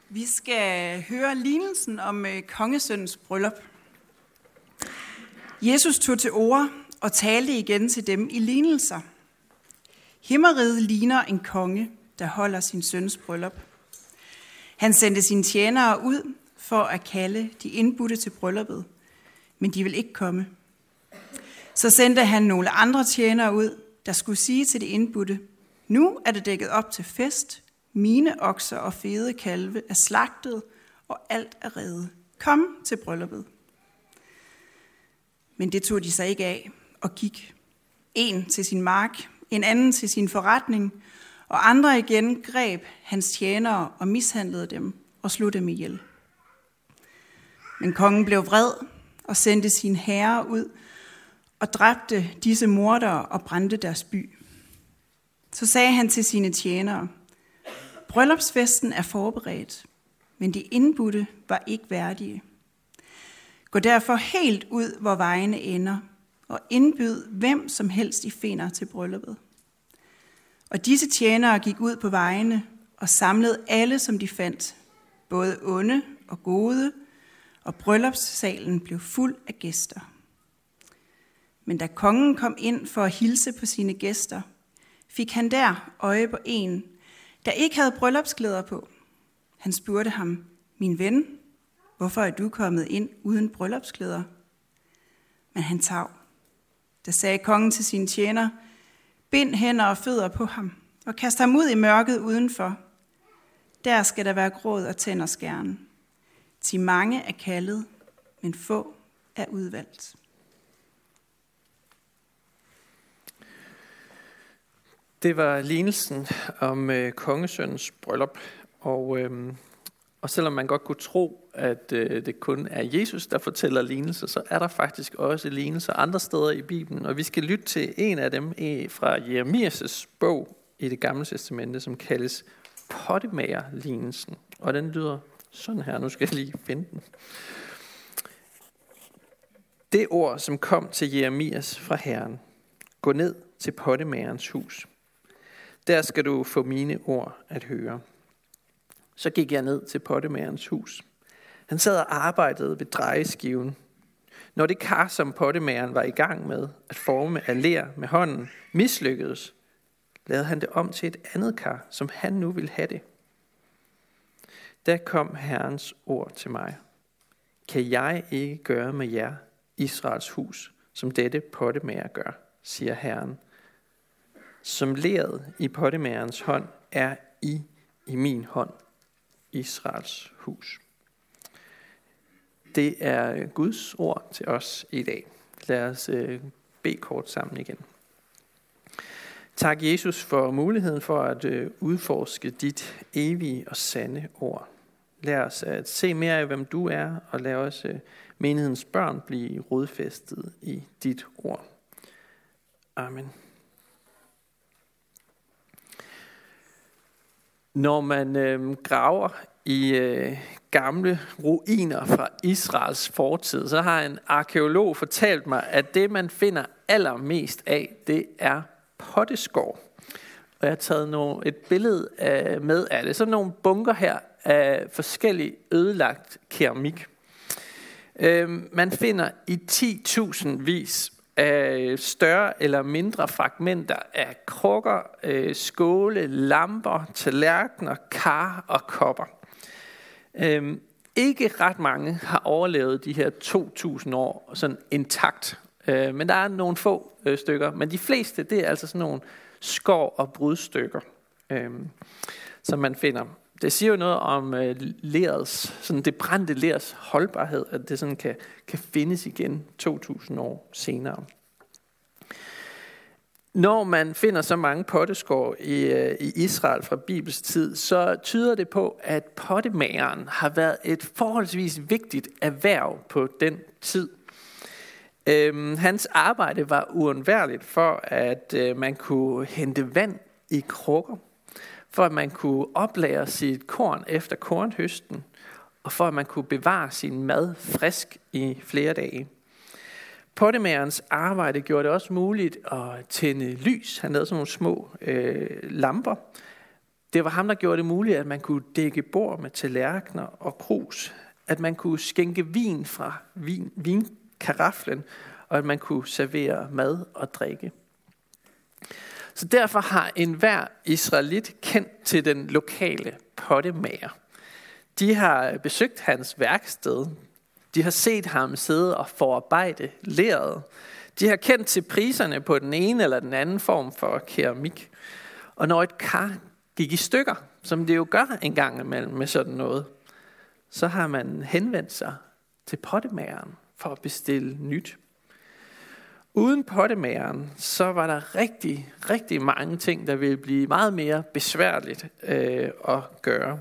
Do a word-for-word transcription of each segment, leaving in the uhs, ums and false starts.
Vi skal høre lignelsen om kongesønnens bryllup. Jesus tog til orde og talte igen til dem i lignelser. Himmeriget ligner en konge, der holder sin søns bryllup. Han sendte sine tjenere ud for at kalde de indbudte til brylluppet, men de vil ikke komme. Så sendte han nogle andre tjenere ud, der skulle sige til de indbudte: nu er det dækket op til fest, mine okser og fede kalve er slagtet, og alt er redet. Kom til brylluppet. Men det tog de sig ikke af og gik. En til sin mark, en anden til sin forretning, og andre igen greb hans tjenere og mishandlede dem og slog dem ihjel. Men kongen blev vred og sendte sin herre ud og dræbte disse mordere og brændte deres by. Så sagde han til sine tjenere: bryllupsfesten er forberedt, men de indbudte var ikke værdige. Gå derfor helt ud, hvor vejene ender, og indbyd hvem som helst I finder til brylluppet. Og disse tjenere gik ud på vejene og samlede alle, som de fandt, både onde og gode, og bryllupssalen blev fuld af gæster. Men da kongen kom ind for at hilse på sine gæster, fik han der øje på en, der ikke havde bryllupsklæder på. Han spurgte ham: min ven, hvorfor er du kommet ind uden bryllupsklæder? Men han tav. Da sagde kongen til sine tjener: bind hænder og fødder på ham, og kast ham ud i mørket udenfor. Der skal der være gråd og tænder skærne. Til mange er kaldet, men få er udvalgt. Det var lignelsen om øh, kongesønnens bryllup, og, øh, og selvom man godt kunne tro, at øh, det kun er Jesus, der fortæller lignelser, så er der faktisk også lignelser andre steder i Bibelen, og vi skal lytte til en af dem fra Jeremias' bog i Det Gamle Testamente, som kaldes Pottemager-lignelsen, og den lyder sådan her. Nu skal jeg lige finde den. Det ord, som kom til Jeremias fra Herren: gå ned til pottemagerens hus. Der skal du få mine ord at høre. Så gik jeg ned til pottemagerens hus. Han sad og arbejdede ved drejeskiven. Når det kar, som pottemageren var i gang med at forme af ler med hånden, mislykkedes, lavede han det om til et andet kar, som han nu ville have det. Da kom Herrens ord til mig: kan jeg ikke gøre med jer, Israels hus, som dette pottemager gør, siger Herren. Som leret i pottemagerens hånd er I i min hånd, Israels hus. Det er Guds ord til os i dag. Lad os bede kort sammen igen. Tak, Jesus, for muligheden for at udforske dit evige og sande ord. Lad os at se mere af, hvem du er, og lad os menighedens børn blive rodfæstet i dit ord. Amen. Når man øh, graver i øh, gamle ruiner fra Israels fortid, så har en arkæolog fortalt mig, at det man finder allermest af, det er potteskår. Og jeg har taget nogle, et billede af, med af det. Sådan nogle bunker her af forskellig ødelagt keramik. Øh, man finder i ti tusind vis af større eller mindre fragmenter af krukker, øh, skåle, lamper, tallerkener, kar og kopper. Øhm, ikke ret mange har overlevet de her to tusind år sådan intakt, øh, men der er nogle få øh, stykker, men de fleste, det er altså sådan nogle skår- og brudstykker, øh, som man finder. Det siger jo noget om øh, lerets, sådan det brændte lers holdbarhed, at det sådan kan, kan findes igen to tusind år senere. Når man finder så mange potteskår i, øh, i Israel fra Bibels tid, så tyder det på, at pottemageren har været et forholdsvis vigtigt erhverv på den tid. Øhm, hans arbejde var uundværligt for, at øh, man kunne hente vand i krukker, for at man kunne oplagre sit korn efter kornhøsten, og for at man kunne bevare sin mad frisk i flere dage. Pottemagerens arbejde gjorde det også muligt at tænde lys. Han lavede sådan nogle små øh, lamper. Det var ham, der gjorde det muligt, at man kunne dække bord med tallerkener og krus, at man kunne skænke vin fra vin, vinkaraflen, og at man kunne servere mad og drikke. Så derfor har enhver israelit kendt til den lokale pottemager. De har besøgt hans værksted. De har set ham sidde og forarbejde leret. De har kendt til priserne på den ene eller den anden form for keramik. Og når et kar gik i stykker, som det jo gør en gang imellem med sådan noget, så har man henvendt sig til pottemageren for at bestille nyt. Uden pottemageren, så var der rigtig, rigtig mange ting, der ville blive meget mere besværligt øh, at gøre.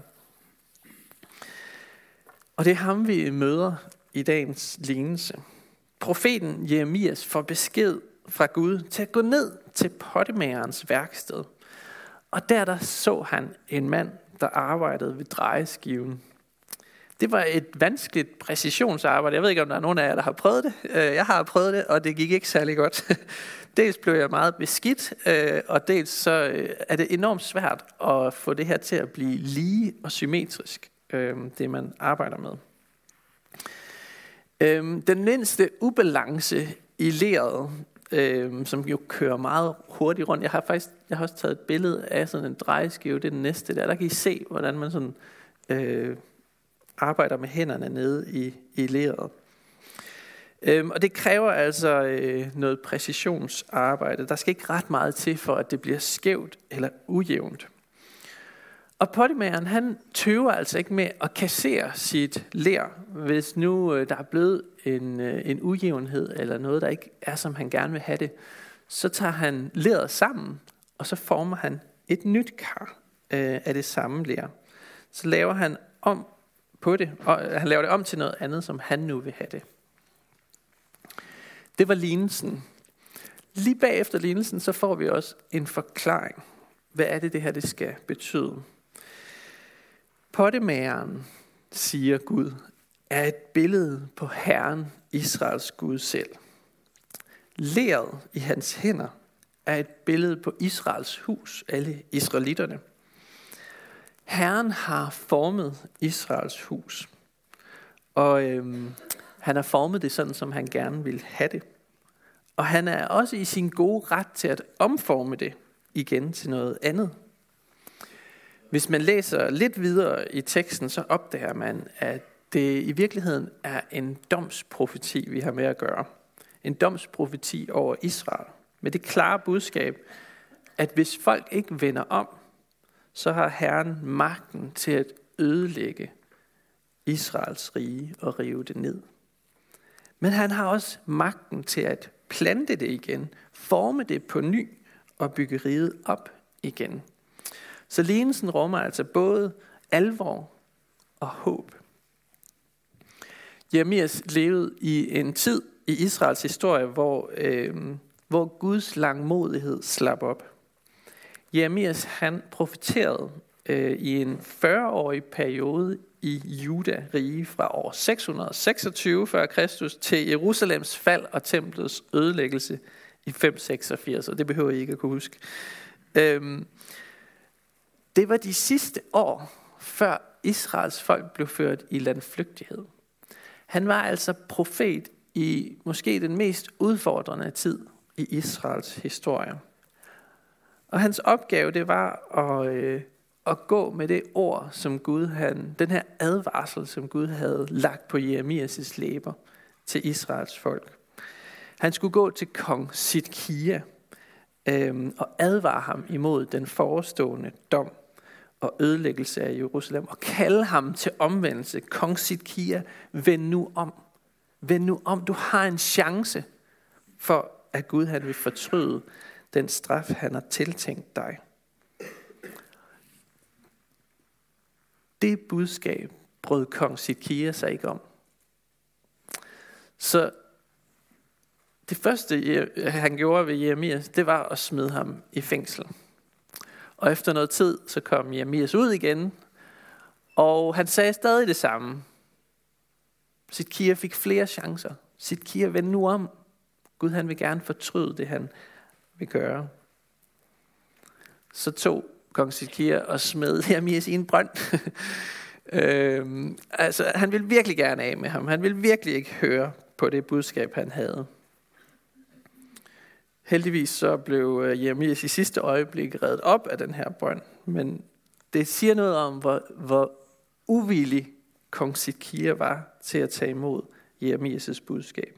Og det er ham, vi møder i dagens lignelse. Profeten Jeremias får besked fra Gud til at gå ned til pottemagerens værksted. Og der, der så han en mand, der arbejdede ved drejeskiven. Det var et vanskeligt præcisionsarbejde. Jeg ved ikke, om der er nogen af jer, der har prøvet det. Jeg har prøvet det, og det gik ikke særlig godt. Dels blev jeg meget beskidt, og dels så er det enormt svært at få det her til at blive lige og symmetrisk, det man arbejder med. Den mindste ubalance i leret, som jo kører meget hurtigt rundt. Jeg har faktisk jeg har også taget et billede af sådan en drejeskive. Det er den næste der. Der kan I se, hvordan man sådan øh, arbejder med hænderne nede i, i leret. Øhm, og det kræver altså øh, noget præcisionsarbejde. Der skal ikke ret meget til, for at det bliver skævt eller ujævnt. Og pottemageren, han tøver altså ikke med at kassere sit ler, hvis nu øh, der er blevet en, øh, en ujævnhed eller noget, der ikke er, som han gerne vil have det. Så tager han leret sammen, og så former han et nyt kar øh, af det samme ler. Så laver han om på det, og han laver det om til noget andet, som han nu vil have det. Det var lignelsen. Lige bagefter lignelsen, så får vi også en forklaring. Hvad er det, det her det skal betyde? Pottemageren, siger Gud, er et billede på Herren, Israels Gud selv. Leret i hans hænder er et billede på Israels hus, alle israelitterne. Herren har formet Israels hus, og øhm, han har formet det sådan, som han gerne vil have det. Og han er også i sin gode ret til at omforme det igen til noget andet. Hvis man læser lidt videre i teksten, så opdager man, at det i virkeligheden er en domsprofeti, vi har med at gøre. En domsprofeti over Israel. Med det klare budskab, at hvis folk ikke vender om, så har Herren magten til at ødelægge Israels rige og rive det ned. Men han har også magten til at plante det igen, forme det på ny og bygge riget op igen. Så lignelsen rummer altså både alvor og håb. Jeremias levede i en tid i Israels historie, hvor, øh, hvor Guds langmodighed slap op. Jeremias han profeterede øh, i en fyrre-årig periode i Juda-rige fra år seks hundrede seksogtyve før Kristus til Jerusalems fald og templets ødelæggelse i fem seksogfirs, og det behøver I ikke at kunne huske. Øhm, det var de sidste år, før Israels folk blev ført i landflygtighed. Han var altså profet i måske den mest udfordrende tid i Israels historie. Og hans opgave, det var at, øh, at gå med det ord, som Gud han, den her advarsel, som Gud havde lagt på Jeremias' læber til Israels folk. Han skulle gå til kong Sidkia øh, og advare ham imod den forestående dom og ødelæggelse af Jerusalem, og kalde ham til omvendelse. Kong Sidkia, vend nu om. Vend nu om. Du har en chance for, at Gud han vil fortryde den straf, han har tiltænkt dig. Det budskab brød kong Sidkia sig ikke om. Så det første, han gjorde ved Jeremias, det var at smide ham i fængsel. Og efter noget tid, så kom Jeremias ud igen, og han sagde stadig det samme. Sidkia fik flere chancer. Sidkia, vend nu om. Gud han vil gerne fortryde det, han vil gøre. Så tog kong Sidkia og smed Jeremias i en brønd. øhm, altså, han ville virkelig gerne af med ham. Han ville virkelig ikke høre på det budskab, han havde. Heldigvis så blev Jeremias i sidste øjeblik reddet op af den her brønd, men det siger noget om, hvor, hvor uvillig kong Sidkia var til at tage imod Jeremias' budskab.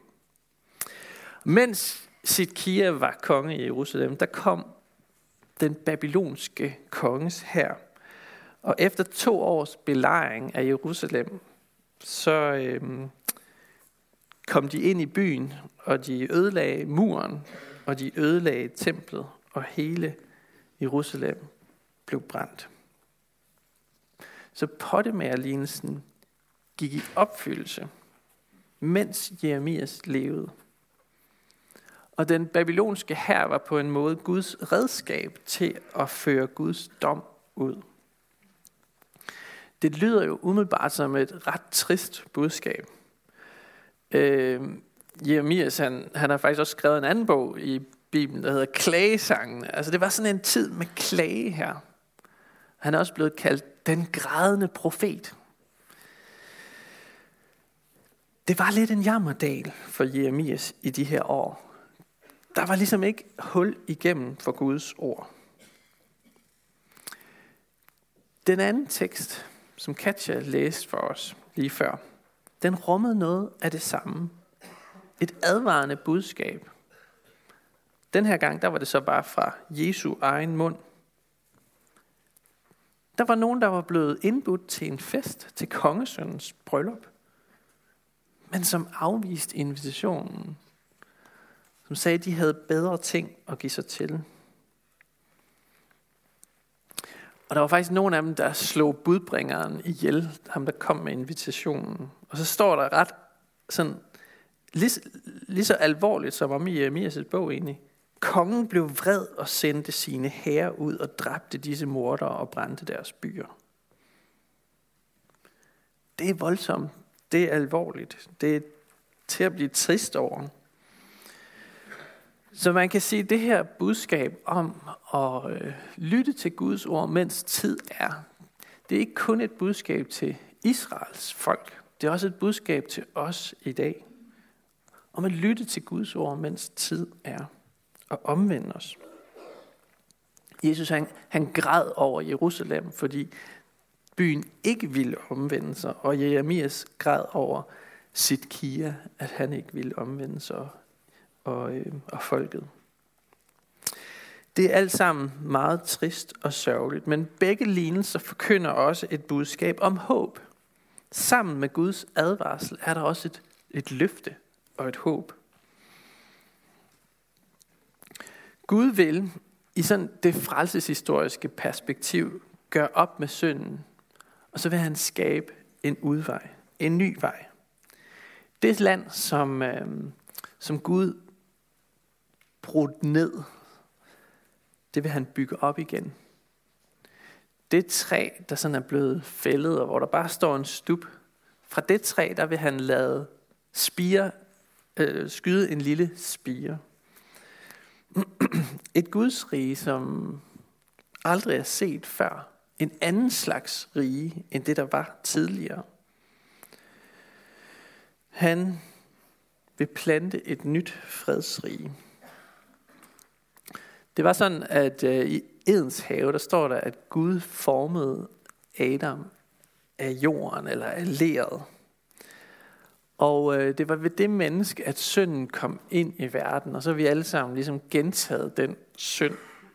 Mens Sidkia var konge i Jerusalem, der kom den babylonske konges hær. Og efter to års belejring af Jerusalem, så øhm, kom de ind i byen, og de ødelagde muren, og de ødelagde templet, og hele Jerusalem blev brændt. Så pottemagerlignelsen gik i opfyldelse, mens Jeremias levede. Og den babylonske hær var på en måde Guds redskab til at føre Guds dom ud. Det lyder jo umiddelbart som et ret trist budskab. Øh, Jeremias, han, han har faktisk også skrevet en anden bog i Bibelen, der hedder Klagesangen. Altså det var sådan en tid med klage her. Han er også blevet kaldt den grædende profet. Det var lidt en jammerdal for Jeremias i de her år. Der var ligesom ikke hul igennem for Guds ord. Den anden tekst, som Katja læste for os lige før, den rummede noget af det samme. Et advarende budskab. Den her gang, der var det så bare fra Jesu egen mund. Der var nogen, der var blevet indbudt til en fest, til kongesønnens bryllup, men som afviste invitationen. Som sagde, at de havde bedre ting at give sig til. Og der var faktisk nogle af dem, der slog budbringeren ihjel, ham der kom med invitationen. Og så står der ret sådan, lige, lige så alvorligt som om i Jeremias' bog egentlig. Kongen blev vred og sendte sine hære ud og dræbte disse mordere og brændte deres byer. Det er voldsomt. Det er alvorligt. Det er til at blive trist over. Så man kan sige, at det her budskab om at øh, lytte til Guds ord, mens tid er, det er ikke kun et budskab til Israels folk. Det er også et budskab til os i dag. Om at lytte til Guds ord, mens tid er. Og omvende os. Jesus han, han græd over Jerusalem, fordi byen ikke ville omvende sig. Og Jeremias græd over Sidkia, at han ikke ville omvende sig. Og, øh, og folket. Det er alt sammen meget trist og sørgeligt, men begge lignelser forkynder også et budskab om håb. Sammen med Guds advarsel er der også et, et løfte og et håb. Gud vil i sådan det frelseshistoriske perspektiv gøre op med synden, og så vil han skabe en udvej, en ny vej. Det land, som, øh, som Gud brudt ned, det vil han bygge op igen. Det træ, der sådan er blevet fældet, og hvor der bare står en stup, fra det træ, der vil han lade spire, øh, skyde en lille spire. Et Guds rige, som aldrig er set før. En anden slags rige, end det der var tidligere. Han vil plante et nyt fredsrige. Det var sådan, at øh, i Edens have, der står der, at Gud formede Adam af jorden, eller af leret. Og øh, det var ved det menneske, at synden kom ind i verden, og så har vi alle sammen ligesom gentaget den synd.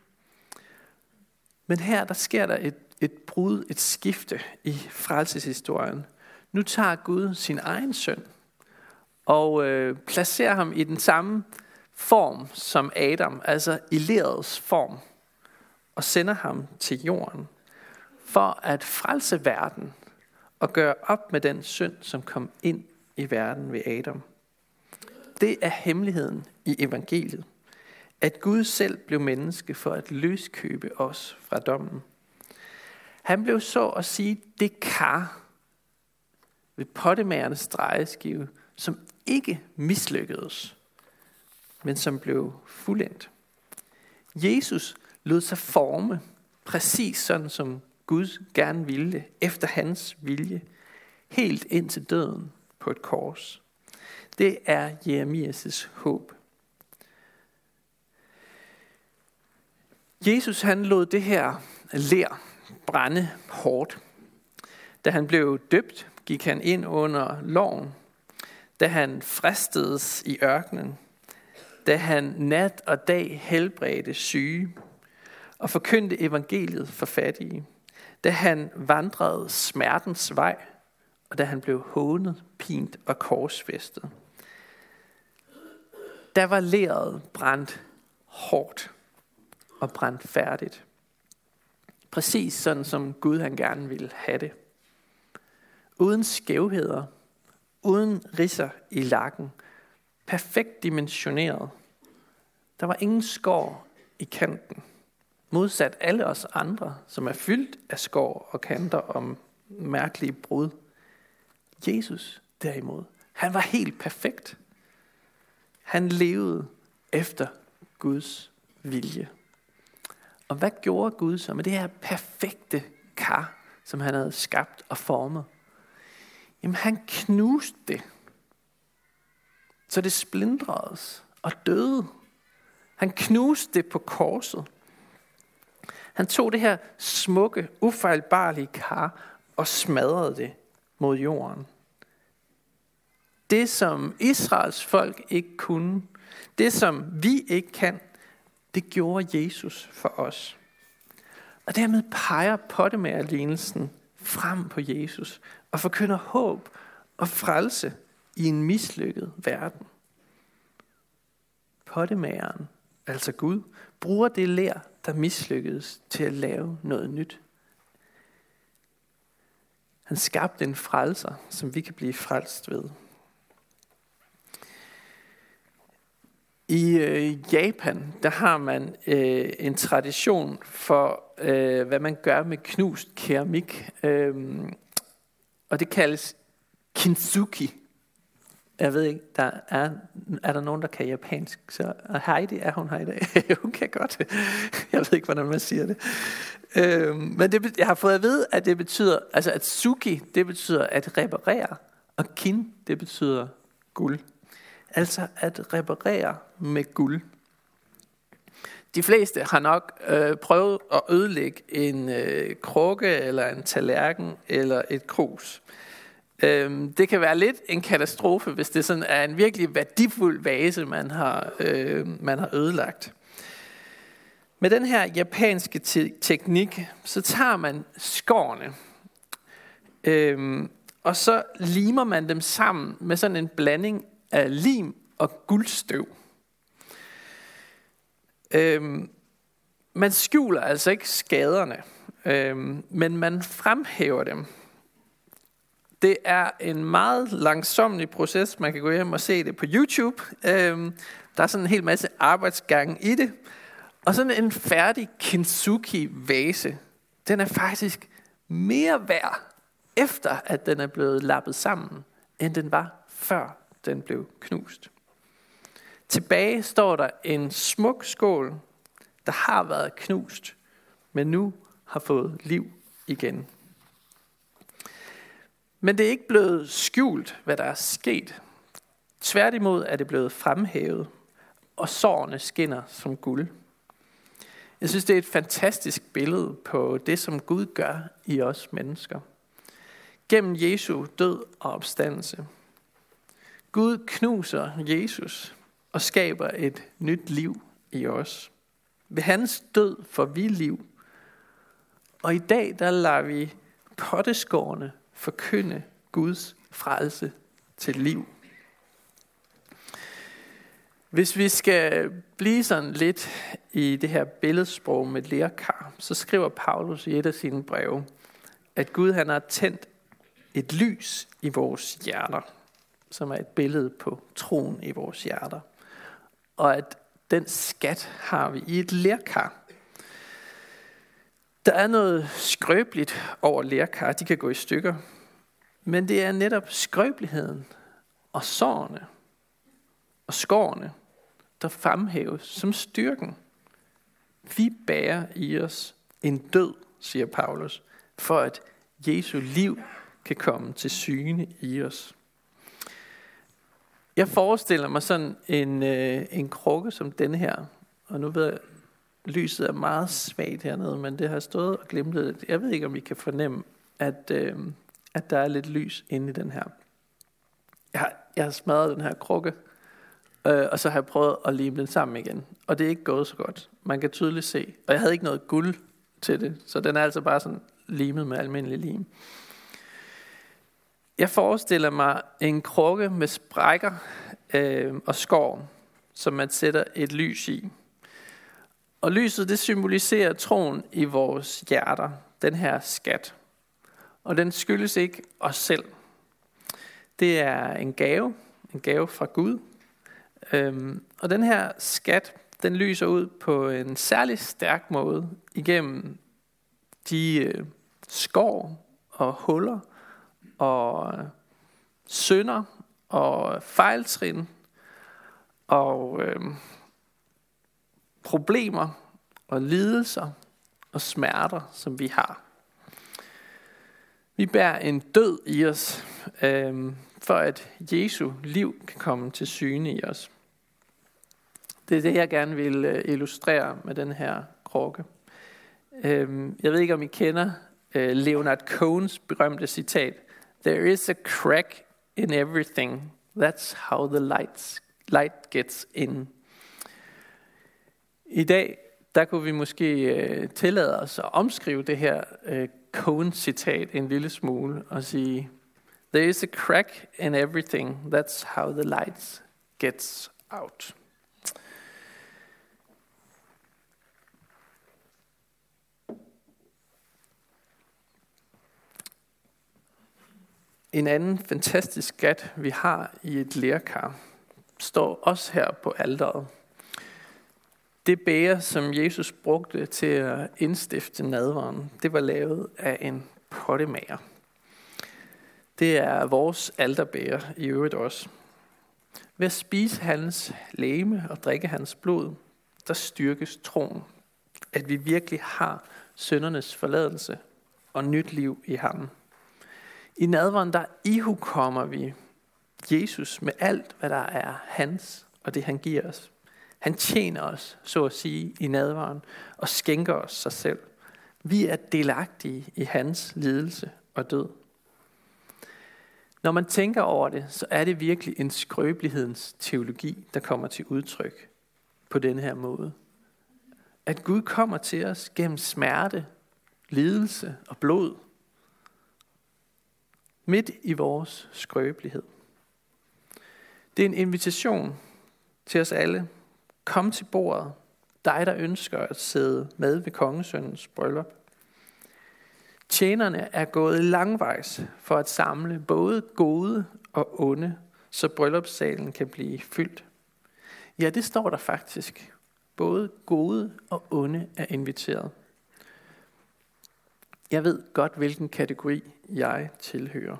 Men her, der sker der et, et brud, et skifte i frelseshistorien. Nu tager Gud sin egen søn, og øh, placerer ham i den samme form som Adam, altså i lerets form, og sender ham til jorden, for at frelse verden, og gøre op med den synd, som kom ind i verden ved Adam. Det er hemmeligheden i evangeliet, at Gud selv blev menneske for at løskøbe os fra dommen. Han blev så at sige det kar ved pottemagernes drejeskive, som ikke mislykkedes, men som blev fuldendt. Jesus lod sig forme præcis sådan som Gud gerne ville, efter hans vilje, helt ind til døden på et kors. Det er Jeremias' håb. Jesus han lod det her ler brænde hårdt. Da han blev døbt, gik han ind under loven. Da han fristedes i ørkenen. Da han nat og dag helbredte syge og forkyndte evangeliet for fattige. Da han vandrede smertens vej, og da han blev hånet, pint og korsfæstet. Der var leret brændt hårdt og brændt færdigt. Præcis sådan som Gud han gerne ville have det. Uden skævheder, uden ridser i lakken, perfekt dimensioneret. Der var ingen skår i kanten. Modsat alle os andre, som er fyldt af skår og kanter om mærkelige brud. Jesus derimod, han var helt perfekt. Han levede efter Guds vilje. Og hvad gjorde Gud så med det her perfekte kar, som han havde skabt og formet? Jamen han knuste det, så det splindredes og døde. Han knuste det på korset. Han tog det her smukke, ufejlbarlige kar og smadrede det mod jorden. Det som Israels folk ikke kunne, det som vi ikke kan, det gjorde Jesus for os. Og dermed peger pottemagerlignelsen frem på Jesus og forkynder håb og frelse i en mislykket verden. Pottemageren, altså Gud, bruger det ler, der mislykkedes, til at lave noget nyt. Han skabte en frelser, som vi kan blive frelst ved. I øh, Japan, der har man øh, en tradition for, øh, hvad man gør med knust keramik. Øh, og det kaldes kintsugi. Jeg ved ikke, der er, er der nogen, der kan japansk? Så Heidi, er hun her i dag? Hun kan godt. Jeg ved ikke, hvordan man siger det. Øh, men det, jeg har fået at vide, at det betyder, altså at suki, det betyder at reparere, og kin, det betyder guld. Altså at reparere med guld. De fleste har nok øh, prøvet at ødelægge en øh, krukke, eller en tallerken, eller et krus. Øhm, det kan være lidt en katastrofe, hvis det sådan er en virkelig værdifuld vase, man har, øh, man har ødelagt. Med den her japanske te- teknik, så tager man skårene, øh, og så limer man dem sammen med sådan en blanding af lim og guldstøv. Øhm, man skjuler altså ikke skaderne, øhm, men man fremhæver dem. Det er en meget langsomlig proces. Man kan gå hjem og se det på YouTube. Øhm, der er sådan en hel masse arbejdsgang i det. Og sådan en færdig kintsugi-vase, den er faktisk mere værd, efter at den er blevet lappet sammen, end den var før den blev knust. Tilbage står der en smuk skål, der har været knust, men nu har fået liv igen. Men det er ikke blevet skjult, hvad der er sket. Tværtimod er det blevet fremhævet, og sårene skinner som guld. Jeg synes, det er et fantastisk billede på det, som Gud gør i os mennesker. Gennem Jesu død og opstandelse. Gud knuser Jesus og skaber et nyt liv i os. Ved hans død får vi liv. Og i dag, der lader vi potteskårene forkynde Guds frelse til liv. Hvis vi skal blive sådan lidt i det her billedsprog med lerkar, så skriver Paulus i et af sine breve, at Gud han har tændt et lys i vores hjerter, som er et billede på troen i vores hjerter. Og at den skat har vi i et lerkar. Der er noget skrøbeligt over lerkar, de kan gå i stykker. Men det er netop skrøbeligheden og sårene og skårene, der fremhæves som styrken. Vi bærer i os en død, siger Paulus, for at Jesu liv kan komme til syne i os. Jeg forestiller mig sådan en, øh, en krukke som denne her, og nu ved jeg, lyset er meget svagt hernede, men det har stået og glimtet lidt. Jeg ved ikke, om I kan fornemme, at, øh, at der er lidt lys inde i den her. Jeg har, jeg har smadret den her krukke, øh, og så har jeg prøvet at lime den sammen igen. Og det er ikke gået så godt. Man kan tydeligt se. Og jeg havde ikke noget guld til det, så den er altså bare sådan limet med almindelig lim. Jeg forestiller mig en krukke med sprækker øh, og skår, som man sætter et lys i. Og lyset, det symboliserer troen i vores hjerter, den her skat. Og den skyldes ikke os selv. Det er en gave, en gave fra Gud. Øhm, og den her skat, den lyser ud på en særlig stærk måde igennem de øh, skår og huller og øh, synder og fejltrin og øh, problemer og lidelser og smerter, som vi har. Vi bærer en død i os, øh, for at Jesu liv kan komme til syne i os. Det er det, jeg gerne vil øh, illustrere med den her krukke. Øh, jeg ved ikke, om I kender øh, Leonard Cohens berømte citat. There is a crack in everything. That's how the lights, light gets in. I dag, der kunne vi måske øh, tillade os at omskrive det her øh, Cohen-citat en lille smule og sige, there is a crack in everything, that's how the light gets out. En anden fantastisk skat, vi har i et lerkar, står også her på alteret. Det bæger, som Jesus brugte til at indstifte nadveren, det var lavet af en pottemager. Det er vores alterbæger i øvrigt også. Ved at spise hans legeme og drikke hans blod, der styrkes troen, at vi virkelig har syndernes forladelse og nyt liv i ham. I nadveren, der ihukommer vi Jesus med alt, hvad der er hans og det han giver os. Han tjener os, så at sige, i nadveren og skænker os sig selv. Vi er delagtige i hans lidelse og død. Når man tænker over det, så er det virkelig en skrøbelighedens teologi, der kommer til udtryk på denne her måde. At Gud kommer til os gennem smerte, lidelse og blod. Midt i vores skrøbelighed. Det er en invitation til os alle. Kom til bordet, dig der ønsker at sidde med ved kongesønnens bryllup. Tjenerne er gået langvejs for at samle både gode og onde, så bryllupssalen kan blive fyldt. Ja, det står der faktisk. Både gode og onde er inviteret. Jeg ved godt, hvilken kategori jeg tilhører.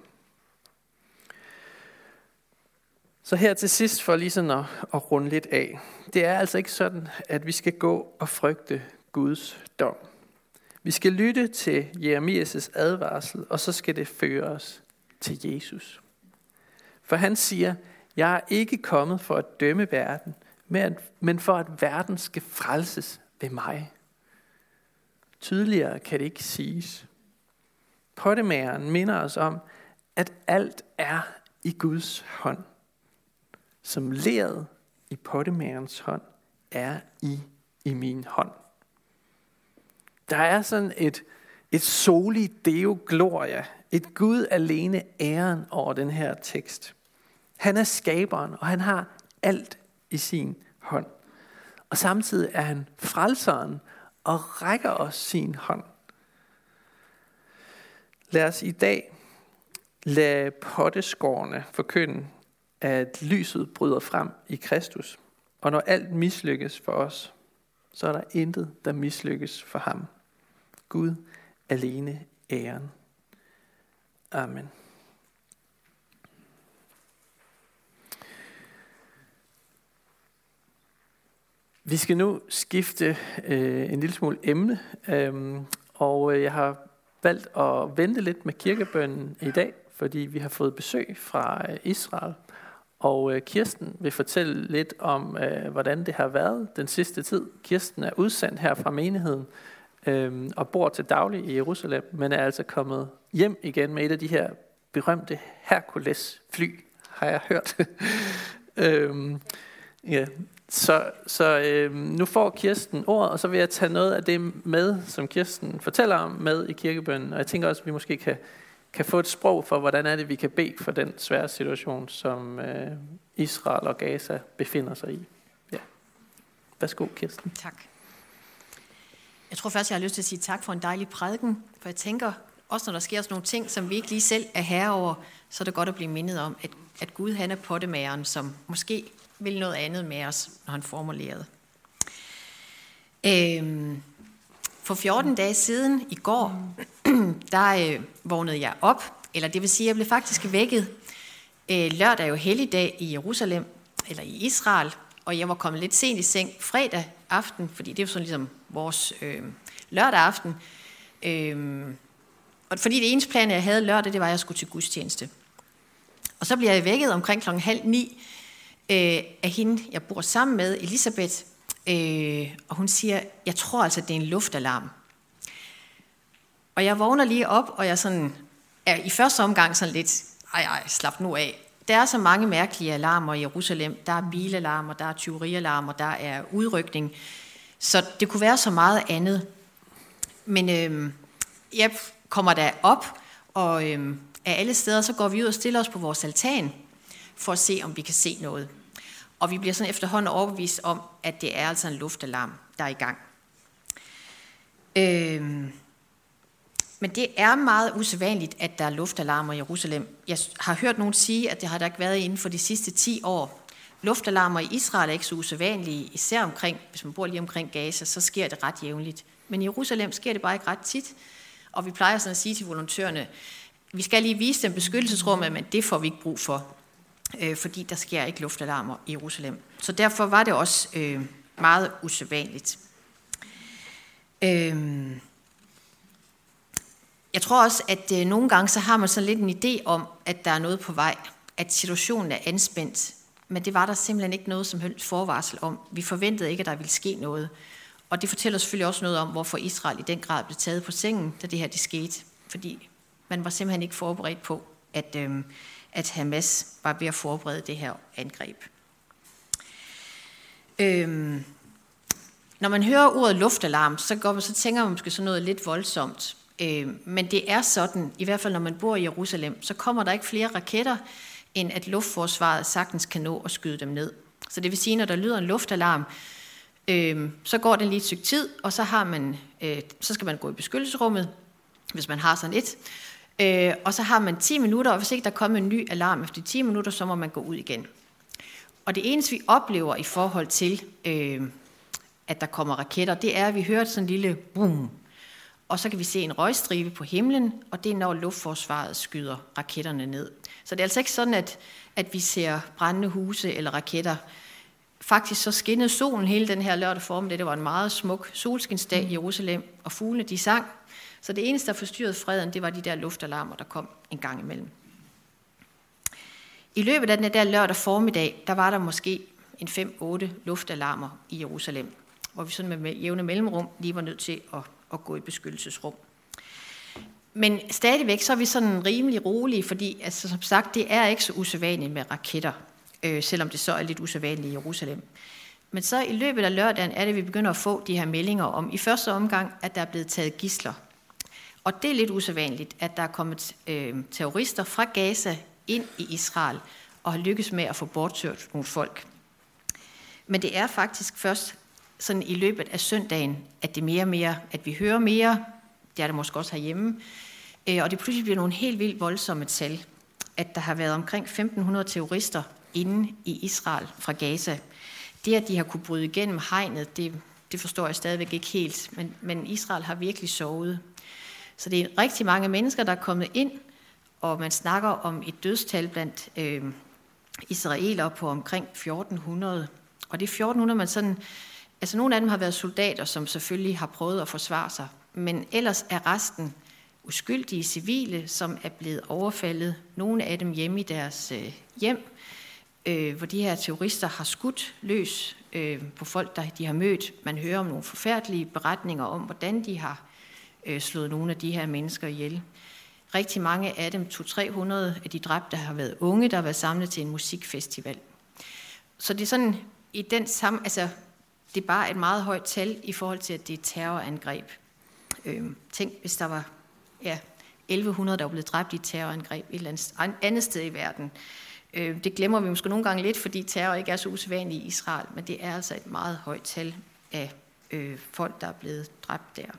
Så her til sidst for lige sådan at, at runde lidt af. Det er altså ikke sådan, at vi skal gå og frygte Guds dom. Vi skal lytte til Jeremias' advarsel, og så skal det føre os til Jesus. For han siger, jeg er ikke kommet for at dømme verden, men for at verden skal frelses ved mig. Tydeligere kan det ikke siges. Pottemageren minder os om, at alt er i Guds hånd. Som leret i pottemagerens hånd er i i min hånd. Der er sådan et, et soli deo gloria, et Gud alene æren over den her tekst. Han er skaberen, og han har alt i sin hånd. Og samtidig er han frelseren og rækker os sin hånd. Lad os i dag lade potteskårene forkynde, at lyset bryder frem i Kristus. Og når alt mislykkes for os, så er der intet, der mislykkes for ham. Gud alene æren. Amen. Vi skal nu skifte øh, en lille smule emne, øh, og jeg har valgt at vente lidt med kirkebønnen i dag, fordi vi har fået besøg fra øh, Israel. Og øh, Kirsten vil fortælle lidt om, øh, hvordan det har været den sidste tid. Kirsten er udsendt her fra menigheden øh, og bor til daglig i Jerusalem, men er altså kommet hjem igen med et af de her berømte Hercules-fly, har jeg hørt. øh, ja. Så, så øh, nu får Kirsten ordet, og så vil jeg tage noget af det med, som Kirsten fortæller om, med i kirkebønnen. Og jeg tænker også, at vi måske kan, kan få et sprog for, hvordan er det, vi kan bede for den svære situation, som øh, Israel og Gaza befinder sig i. Ja. Værsgo, Kirsten. Tak. Jeg tror først, jeg har lyst til at sige tak for en dejlig prædiken, for jeg tænker, også når der sker sådan nogle ting, som vi ikke lige selv er herre over, så er det godt at blive mindet om, at, at Gud han er pottemageren, som måske vil noget andet med os, når han formulerede. Øhm, for fjorten dage siden, i går, der øh, vågnede jeg op, eller det vil sige, jeg blev faktisk vækket. Øh, lørdag er jo helligdag i Jerusalem, eller i Israel, og jeg var kommet lidt sent i seng fredag aften, fordi det er jo sådan ligesom vores øh, lørdag aften. Øh, og fordi det eneste plan, jeg havde lørdag, det var, at jeg skulle til gudstjeneste. Og så bliver jeg vækket omkring klokken halv ni, Øh, af hende, jeg bor sammen med, Elisabeth, øh, og hun siger, jeg tror altså, det er en luftalarm. Og jeg vågner lige op, og jeg sådan, er i første omgang sådan lidt, ej, ej, slap nu af. Der er så mange mærkelige alarmer i Jerusalem. Der er bilalarmer, der er tyverialarmer, der er udrykning. Så det kunne være så meget andet. Men øh, jeg kommer der op, og øh, af alle steder, så går vi ud og stiller os på vores altan, for at se, om vi kan se noget. Og vi bliver sådan efterhånden overbevist om, at det er altså en luftalarm, der er i gang. Øhm, men det er meget usædvanligt, at der er luftalarmer i Jerusalem. Jeg har hørt nogen sige, at det har der ikke været inden for de sidste ti år. Luftalarmer i Israel er ikke så usædvanlige, især omkring, hvis man bor lige omkring Gaza, så sker det ret jævnligt. Men i Jerusalem sker det bare ikke ret tit. Og vi plejer sådan at sige til volontørerne, vi skal lige vise dem beskyttelsesrummet, men det får vi ikke brug for. Øh, fordi der sker ikke luftalarmer i Jerusalem. Så derfor var det også øh, meget usædvanligt. Øh, jeg tror også, at øh, nogle gange så har man sådan lidt en idé om, at der er noget på vej, at situationen er anspændt, men det var der simpelthen ikke noget som helst forvarsel om. Vi forventede ikke, at der ville ske noget. Og det fortæller selvfølgelig også noget om, hvorfor Israel i den grad blev taget på sengen, da det her det skete. Fordi man var simpelthen ikke forberedt på, at øh, at Hamas var ved at forberede det her angreb. Øhm, når man hører ordet luftalarm, så, går man, så tænker man måske sådan noget lidt voldsomt. Øhm, men det er sådan, i hvert fald når man bor i Jerusalem, så kommer der ikke flere raketter, end at luftforsvaret sagtens kan nå at skyde dem ned. Så det vil sige, når der lyder en luftalarm, øhm, så går det lige et stykke tid, og så, har man, øh, så skal man gå i beskyttelsesrummet, hvis man har sådan et. Øh, og så har man ti minutter, og hvis ikke der kommer en ny alarm efter ti minutter, så må man gå ud igen. Og det eneste, vi oplever i forhold til, øh, at der kommer raketter, det er, at vi hører sådan en lille boom, og så kan vi se en røgstribe på himlen, og det er, når luftforsvaret skyder raketterne ned. Så det er altså ikke sådan, at, at vi ser brændende huse eller raketter. Faktisk så skinnede solen hele den her lørdag formiddag. Det var en meget smuk solskinsdag i Jerusalem, og fuglene de sang. Så det eneste, der forstyrrede freden, det var de der luftalarmer, der kom en gang imellem. I løbet af den der lørdag formiddag, der var der måske en fem otte luftalarmer i Jerusalem, hvor vi sådan med jævne mellemrum lige var nødt til at, at gå i beskyttelsesrum. Men stadigvæk så er vi sådan rimelig rolige, fordi altså, som sagt, det er ikke så usædvanligt med raketter, øh, selvom det så er lidt usædvanligt i Jerusalem. Men så i løbet af lørdagen er det, at vi begynder at få de her meldinger om i første omgang, at der er blevet taget gidsler. Og det er lidt usædvanligt, at der er kommet øh, terrorister fra Gaza ind i Israel og har lykkes med at få bortført nogle folk. Men det er faktisk først sådan i løbet af søndagen, at det mere og mere, at vi hører mere, det er der måske også herhjemme, øh, og det pludselig bliver nogle helt vildt voldsomme tal, at der har været omkring femten hundrede terrorister inde i Israel fra Gaza. Det, at de har kunne bryde igennem hegnet, det, det forstår jeg stadigvæk ikke helt, men, men Israel har virkelig sovet. Så det er rigtig mange mennesker, der er kommet ind, og man snakker om et dødstal blandt øh, israelere på omkring fjorten hundrede. Og det er fjorten hundrede, man sådan Altså nogle af dem har været soldater, som selvfølgelig har prøvet at forsvare sig, men ellers er resten uskyldige civile, som er blevet overfaldet. Nogle af dem hjemme i deres øh, hjem, øh, hvor de her terrorister har skudt løs øh, på folk, der de har mødt. Man hører om nogle forfærdelige beretninger om, hvordan de har øh, slået nogle af de her mennesker ihjel. Rigtig mange af dem, to til tre hundrede af de dræbte, har været unge, der har været samlet til en musikfestival. Så det er sådan, i den samme, altså, det er bare et meget højt tal i forhold til, at det er et terrorangreb. Øh, tænk, hvis der var ja, elleve hundrede, der var blevet dræbt i et terrorangreb et eller andet, andet sted i verden. Øh, det glemmer vi måske nogle gange lidt, fordi terror ikke er så usædvanligt i Israel, men det er altså et meget højt tal af øh, folk, der er blevet dræbt der.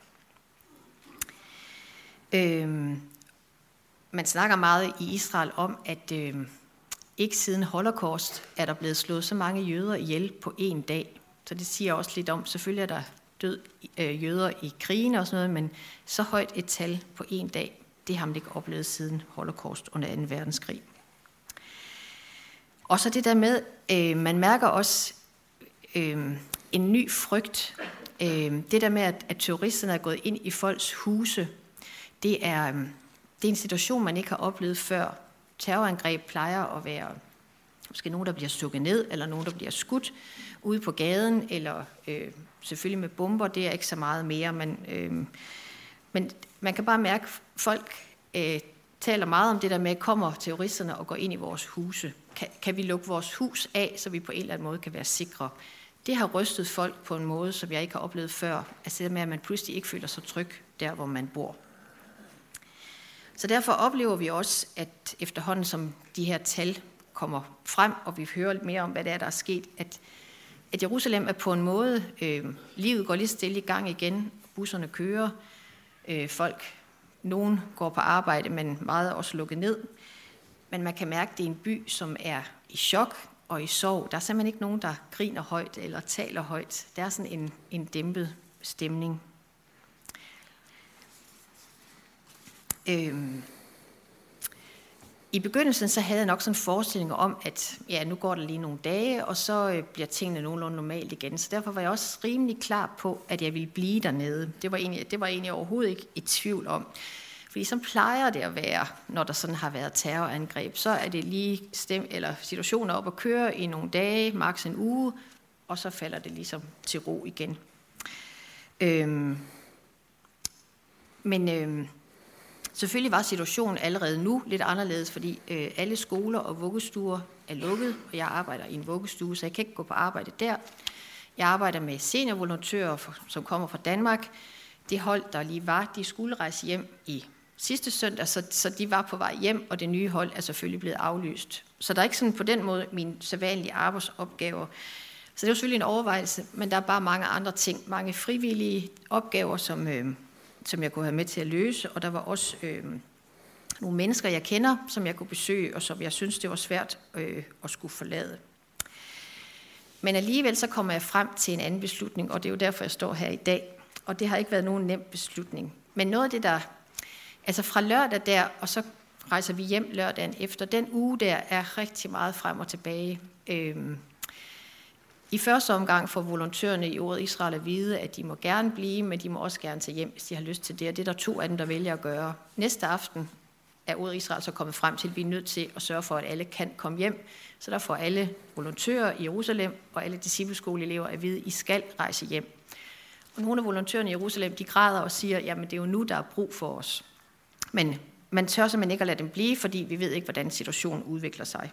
Øh, man snakker meget i Israel om, at øh, ikke siden Holocaust er der blevet slået så mange jøder ihjel på én dag. Så det siger også lidt om, selvfølgelig er der død øh, jøder i krigen og sådan noget, men så højt et tal på én dag, det har man ikke oplevet siden Holocaust under anden verdenskrig. Og så det der med, øh, man mærker også øh, en ny frygt. Øh, det der med, at, at terroristerne er gået ind i folks huse, det er, øh, det er en situation, man ikke har oplevet før. Terrorangreb plejer at være måske nogen, der bliver stukket ned, eller nogen, der bliver skudt ude på gaden, eller øh, selvfølgelig med bomber, det er ikke så meget mere, men, øh, men man kan bare mærke, at folk øh, taler meget om det der med, at kommer terroristerne og går ind i vores huse. Kan, kan vi lukke vores hus af, så vi på en eller anden måde kan være sikre? Det har rystet folk på en måde, som jeg ikke har oplevet før, altså det med, at man pludselig ikke føler sig tryg der, hvor man bor. Så derfor oplever vi også, at efterhånden som de her tal kommer frem, og vi hører lidt mere om, hvad det er, der er sket, at, at Jerusalem er på en måde, øh, livet går lidt stille i gang igen, busserne kører, øh, folk, nogen går på arbejde, men meget er også lukket ned. Men man kan mærke, at det er en by, som er i chok og i sorg. Der er simpelthen ikke nogen, der griner højt eller taler højt. Der er sådan en, en dæmpet stemning. Øhm. I begyndelsen så havde jeg nok sådan en forestilling om, at ja, nu går der lige nogle dage, og så øh, bliver tingene nogenlunde normalt igen. Så derfor var jeg også rimelig klar på, at jeg ville blive dernede. Det var egentlig, det var egentlig overhovedet ikke i tvivl om. Fordi så plejer det at være, når der sådan har været terrorangreb, så er det lige stem, eller situationer op at køre i nogle dage, maks en uge, og så falder det ligesom til ro igen. Øhm. Men... Øhm. Selvfølgelig var situationen allerede nu lidt anderledes, fordi øh, alle skoler og vuggestuer er lukket, og jeg arbejder i en vuggestue, så jeg kan ikke gå på arbejde der. Jeg arbejder med seniorvolontører, som kommer fra Danmark. Det hold, der lige var, de skulle rejse hjem i sidste søndag, så, så de var på vej hjem, og det nye hold er selvfølgelig blevet aflyst. Så der er ikke sådan på den måde mine sædvanlige arbejdsopgaver. Så det er jo selvfølgelig en overvejelse, men der er bare mange andre ting, mange frivillige opgaver, som... Øh, som jeg kunne have med til at løse, og der var også øh, nogle mennesker, jeg kender, som jeg kunne besøge, og som jeg synes, det var svært øh, at skulle forlade. Men alligevel så kommer jeg frem til en anden beslutning, og det er jo derfor, jeg står her i dag, og det har ikke været nogen nem beslutning. Men noget af det, der, altså fra lørdag der, og så rejser vi hjem lørdagen efter, den uge der er rigtig meget frem og tilbage. Øh, I første omgang får volontørerne i Ordet Israel at vide, at de må gerne blive, men de må også gerne tage hjem, hvis de har lyst til det. Og det er der to af dem, der vælger at gøre. Næste aften er Ordet Israel så kommet frem til, at vi er nødt til at sørge for, at alle kan komme hjem. Så der får alle volontører i Jerusalem og alle discipleskoleelever at vide, at I skal rejse hjem. Og nogle af volontørerne i Jerusalem, de græder og siger, jamen det er jo nu, der er brug for os. Men man tør simpelthen ikke at lade dem blive, fordi vi ved ikke, hvordan situationen udvikler sig.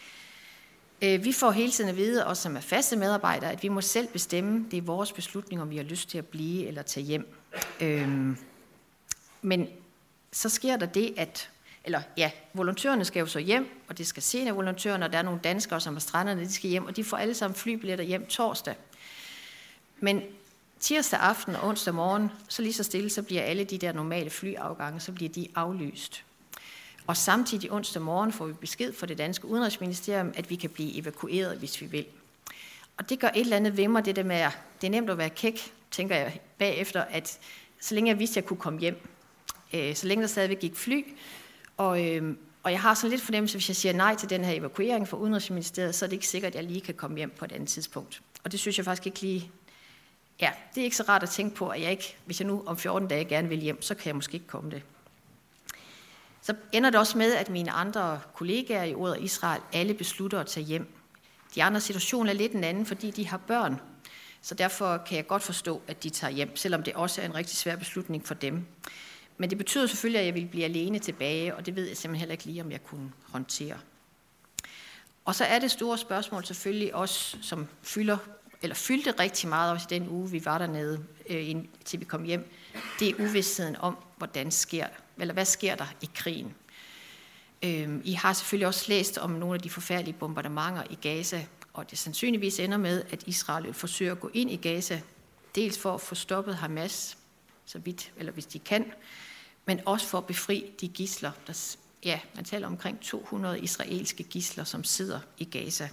Vi får hele tiden at vide, også som er faste medarbejdere, at vi må selv bestemme, det er vores beslutning, om vi har lyst til at blive eller tage hjem. Øhm, men så sker der det, at, eller ja, volontørerne skal jo så hjem, og det skal seniorvolontørerne, og der er nogle danskere, som er stranderne, de skal hjem, og de får alle sammen flybilletter hjem torsdag. Men tirsdag aften og onsdag morgen, så lige så stille, så bliver alle de der normale flyafgange, så bliver de aflyst. Og samtidig onsdag morgen får vi besked fra det danske udenrigsministerium, at vi kan blive evakueret, hvis vi vil. Og det gør et eller andet ved mig, det der med, at det er nemt at være kæk, tænker jeg bagefter, at så længe jeg vidste, at jeg kunne komme hjem, så længe der stadigvæk gik fly, og, og jeg har sådan lidt fornemmelse, hvis jeg siger nej til den her evakuering fra udenrigsministeriet, så er det ikke sikkert, at jeg lige kan komme hjem på et andet tidspunkt. Og det synes jeg faktisk ikke lige ja, det er ikke så rart at tænke på, at jeg ikke, hvis jeg nu om fjorten dage gerne vil hjem, så kan jeg måske ikke komme det. Så ender det også med, at mine andre kollegaer i Ordet Israel, alle beslutter at tage hjem. De andre situationer er lidt en anden, fordi de har børn. Så derfor kan jeg godt forstå, at de tager hjem, selvom det også er en rigtig svær beslutning for dem. Men det betyder selvfølgelig, at jeg vil blive alene tilbage, og det ved jeg simpelthen heller ikke lige, om jeg kunne håndtere. Og så er det store spørgsmål selvfølgelig også, som fylder, eller fyldte rigtig meget også i den uge, vi var dernede, øh, til vi kom hjem. Det er uvidstheden om, hvordan sker, eller hvad sker der i krigen. Øh, I har selvfølgelig også læst om nogle af de forfærdelige bombardementer i Gaza, og det sandsynligvis ender med, at Israel forsøger at gå ind i Gaza, dels for at få stoppet Hamas, så vidt, eller hvis de kan, men også for at befri de gidsler, der, ja, man taler omkring to hundrede israelske gidsler, som sidder i Gaza.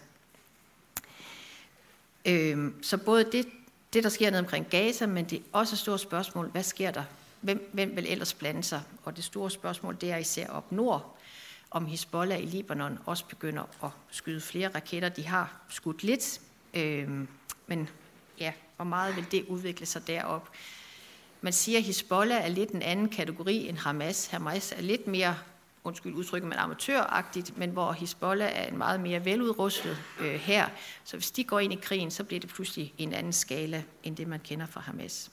Øhm, så både det, det, der sker nede omkring Gaza, men det er også et stort spørgsmål, hvad sker der? Hvem, hvem vil ellers blande sig? Og det store spørgsmål, det er især op nord, om Hizbollah i Libanon også begynder at skyde flere raketter. De har skudt lidt, øhm, men ja, hvor meget vil det udvikle sig derop? Man siger, at Hizbollah er lidt en anden kategori end Hamas. Hamas er lidt mere, undskyld udtrykket, men amatøragtigt, men hvor Hizbollah er en meget mere veludrustet øh, her. Så hvis de går ind i krigen, så bliver det pludselig en anden skala, end det man kender fra Hamas.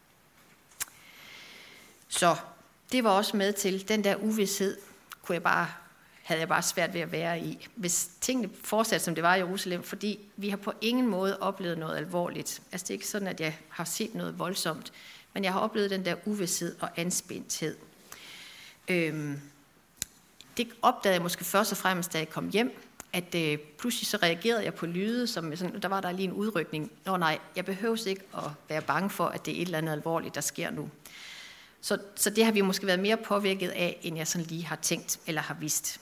Så det var også med til, den der uvished, kunne jeg bare, havde jeg bare svært ved at være i. Hvis tingene fortsatte, som det var i Jerusalem, fordi vi har på ingen måde oplevet noget alvorligt. Altså det er ikke sådan, at jeg har set noget voldsomt, men jeg har oplevet den der uvished og anspændthed. Øhm, det opdagede jeg måske først og fremmest, da jeg kom hjem, at øh, pludselig så reagerede jeg på lyde, som sådan, der var der lige en udrykning. Nå nej, jeg behøver ikke at være bange for, at det er et eller andet alvorligt, der sker nu. Så, så det har vi måske været mere påvirket af, end jeg sådan lige har tænkt eller har vidst.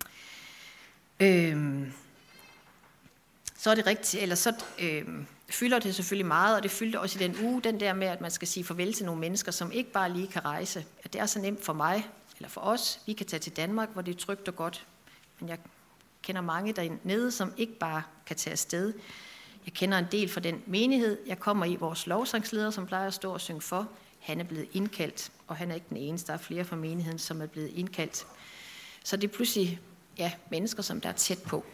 Øhm, så er det rigtigt, eller så øhm, fylder det selvfølgelig meget, og det fyldte også i den uge, den der med, at man skal sige farvel til nogle mennesker, som ikke bare lige kan rejse. At det er så nemt for mig, eller for os, vi kan tage til Danmark, hvor det er trygt og godt. Men jeg kender mange dernede, som ikke bare kan tage afsted. Jeg kender en del fra den menighed, jeg kommer i, vores lovsangsleder, som plejer at stå og synge for. Han er blevet indkaldt, og han er ikke den eneste. Der er flere fra menigheden, som er blevet indkaldt. Så det er pludselig ja, mennesker, som der er tæt på.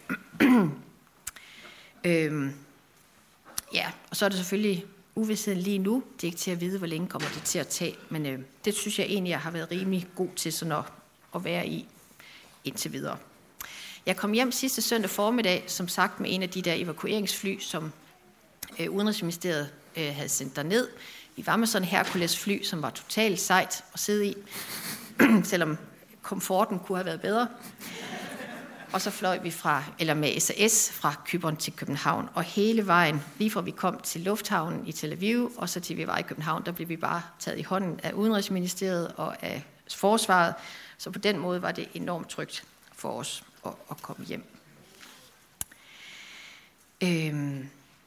øhm, ja, og så er det selvfølgelig uvidstheden lige nu. Det er ikke til at vide, hvor længe kommer det til at tage, men øh, det synes jeg egentlig, jeg har været rimelig god til sådan at, at være i indtil videre. Jeg kom hjem sidste søndag formiddag, som sagt med en af de der evakueringsfly, som øh, Udenrigsministeriet øh, havde sendt derned. Vi var med sådan en Hercules-fly, som var totalt sejt at sidde i, selvom komforten kunne have været bedre. Og så fløj vi fra, eller med S A S fra Cypern til København, og hele vejen, lige fra vi kom til lufthavnen i Tel Aviv, og så til vi var i København, der blev vi bare taget i hånden af Udenrigsministeriet og af forsvaret. Så på den måde var det enormt trygt for os at, at komme hjem. Øhm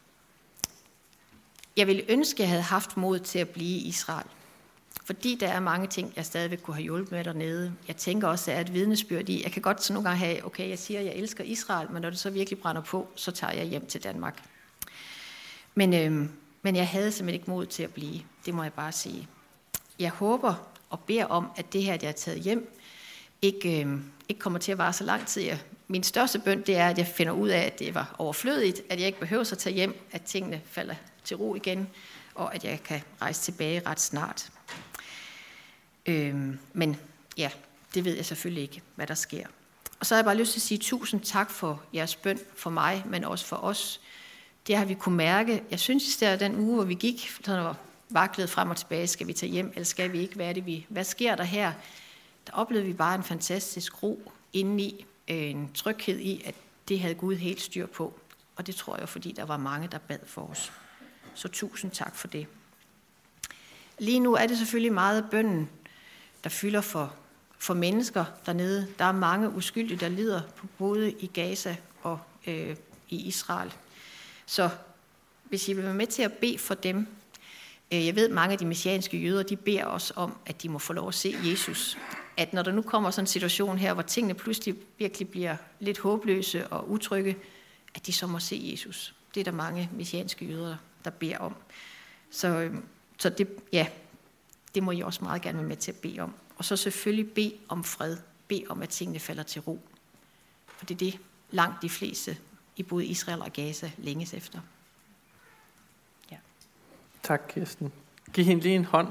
Jeg ville ønske, at jeg havde haft mod til at blive i Israel. Fordi der er mange ting, jeg stadigvæk kunne have hjulpet med dernede. Jeg tænker også, at der er et vidnesbyrd i. Jeg kan godt så nogle gange have, okay, jeg siger, at jeg elsker Israel, men når det så virkelig brænder på, så tager jeg hjem til Danmark. Men, øh, men jeg havde simpelthen ikke mod til at blive. Det må jeg bare sige. Jeg håber og beder om, at det her, jeg har taget hjem, ikke, øh, ikke kommer til at vare så lang tid. Min største bøn, det er, at jeg finder ud af, at det var overflødigt, at jeg ikke behøver at tage hjem, at tingene falder til ro igen, og at jeg kan rejse tilbage ret snart. Øhm, men ja, det ved jeg selvfølgelig ikke, hvad der sker. Og så har jeg bare lyst til at sige tusind tak for jeres bøn for mig, men også for os. Det har vi kunne mærke. Jeg synes, det er den uge, hvor vi gik, sådan var vaklet frem og tilbage, skal vi tage hjem, eller skal vi ikke, hvad er det vi, hvad sker der her? Der oplevede vi bare en fantastisk ro indeni, en tryghed i, at det havde Gud helt styr på. Og det tror jeg, fordi der var mange, der bad for os. Så tusind tak for det. Lige nu er det selvfølgelig meget bønnen, der fylder for, for mennesker dernede. Der er mange uskyldige, der lider på både i Gaza og øh, i Israel. Så hvis I vil være med til at bede for dem, øh, jeg ved, mange af de messianske jøder, de beder også om, at de må få lov at se Jesus. At når der nu kommer sådan en situation her, hvor tingene pludselig virkelig bliver lidt håbløse og utrygge, at de så må se Jesus. Det er der mange messianske jøder, der beder om. Så, så det, ja, det må I også meget gerne være med til at bede om. Og så selvfølgelig bede om fred. Bed om, at tingene falder til ro. For det er det, langt de fleste i både Israel og Gaza længes efter. Ja. Tak, Kirsten. Giv hende lige en hånd.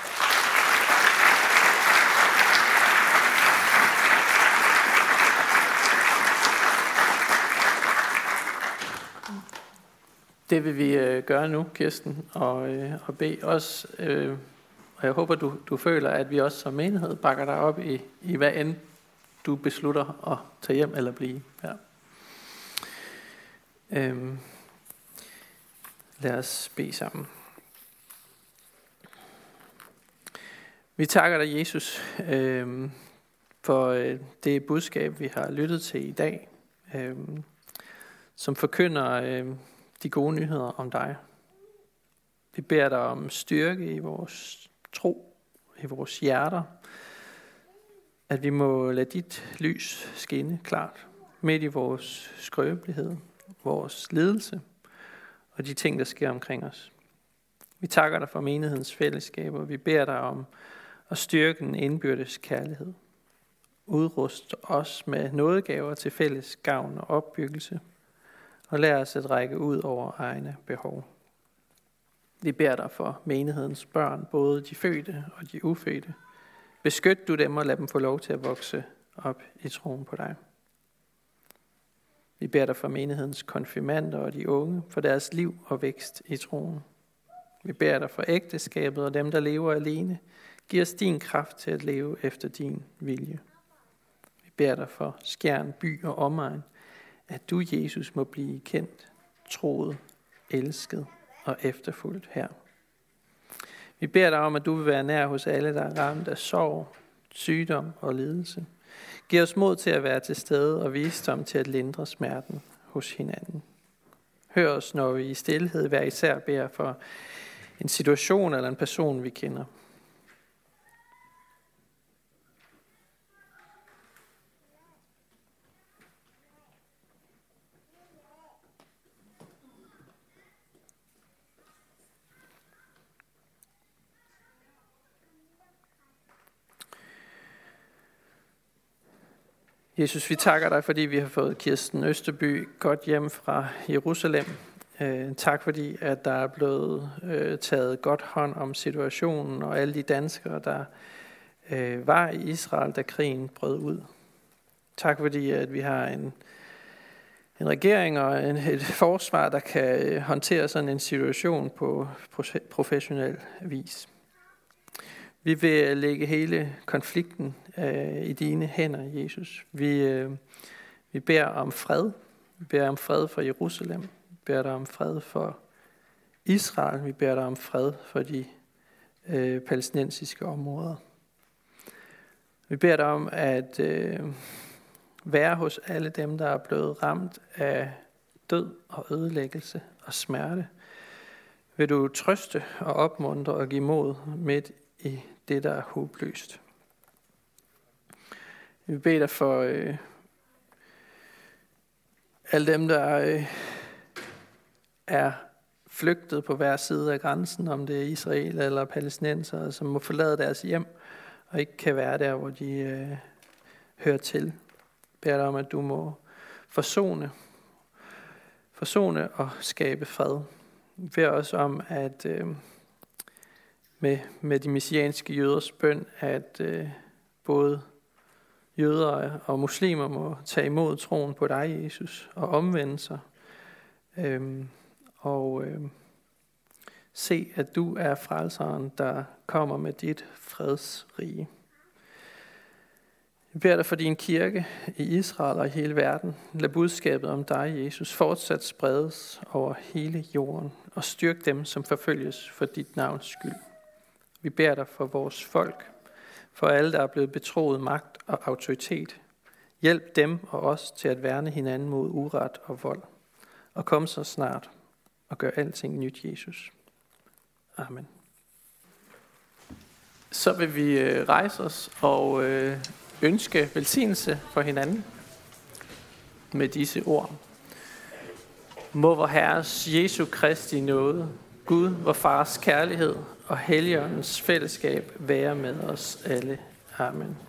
Det vil vi øh, gøre nu, Kirsten, og, øh, og bede os. Øh, og jeg håber, du, du føler, at vi også som menighed bakker dig op i, i hvad end du beslutter at tage hjem eller blive her. Øhm, lad os bede sammen. Vi takker dig, Jesus, øhm, for øh, det budskab, vi har lyttet til i dag, øhm, som forkynder øh, de gode nyheder om dig. Vi beder dig om styrke i vores tro, i vores hjerter, at vi må lade dit lys skinne klart midt i vores skrøbelighed, vores lidelse og de ting, der sker omkring os. Vi takker dig for menighedens fællesskab, og vi beder dig om at styrke den indbyrdes kærlighed. Udrust os med nådegaver til fælles gavn og opbyggelse, og lær os at række ud over egne behov. Vi beder dig for menighedens børn, både de fødte og de ufødte. Beskyt du dem og lad dem få lov til at vokse op i troen på dig. Vi beder dig for menighedens konfirmander og de unge, for deres liv og vækst i troen. Vi beder dig for ægteskabet og dem, der lever alene. Giv os din kraft til at leve efter din vilje. Vi beder dig for Skjern, by og omegn, at du, Jesus, må blive kendt, troet, elsket og efterfulgt her. Vi beder dig om, at du vil være nær hos alle, der er ramt af sorg, sygdom og lidelse. Giv os mod til at være til stede og visdom til at lindre smerten hos hinanden. Hør os, når vi i stilhed hver især beder for en situation eller en person, vi kender. Jesus, vi takker dig, fordi vi har fået Kirsten Østerby godt hjem fra Jerusalem. Øh, tak fordi, at der er blevet øh, taget godt hånd om situationen og alle de danskere, der øh, var i Israel, da krigen brød ud. Tak fordi, at vi har en, en regering og en, et forsvar, der kan øh, håndtere sådan en situation på professionel vis. Vi vil lægge hele konflikten øh, i dine hænder, Jesus. Vi, øh, vi beder om fred. Vi beder om fred for Jerusalem. Vi beder dig om fred for Israel. Vi beder dig om fred for de øh, palæstinensiske områder. Vi beder dig om at øh, være hos alle dem, der er blevet ramt af død og ødelæggelse og smerte. Vil du trøste og opmuntre og give mod midt i det, der er håbløst. Vi beder dig for øh, alle dem, der øh, er flygtet på hver side af grænsen, om det er Israel eller palæstinenser, som må forlade deres hjem og ikke kan være der, hvor de øh, hører til. Vi beder dig om, at du må forsone, forsone og skabe fred. Vi beder også om, at øh, Med, med de messianske jøders bøn, at øh, både jøder og muslimer må tage imod troen på dig, Jesus, og omvende sig. Øhm, og øh, se, at du er frelseren, der kommer med dit fredsrige. Jeg beder dig for din kirke i Israel og i hele verden. Lad budskabet om dig, Jesus, fortsat spredes over hele jorden, og styrk dem, som forfølges for dit navns skyld. Vi beder dig for vores folk, for alle, der er blevet betroet magt og autoritet. Hjælp dem og os til at værne hinanden mod uret og vold. Og kom så snart og gør alting nyt, Jesus. Amen. Så vil vi rejse os og ønske velsignelse for hinanden med disse ord. Må vor Herres Jesu Kristi nåde, Gud, vor fars kærlighed og Helligåndens fællesskab være med os alle. Amen.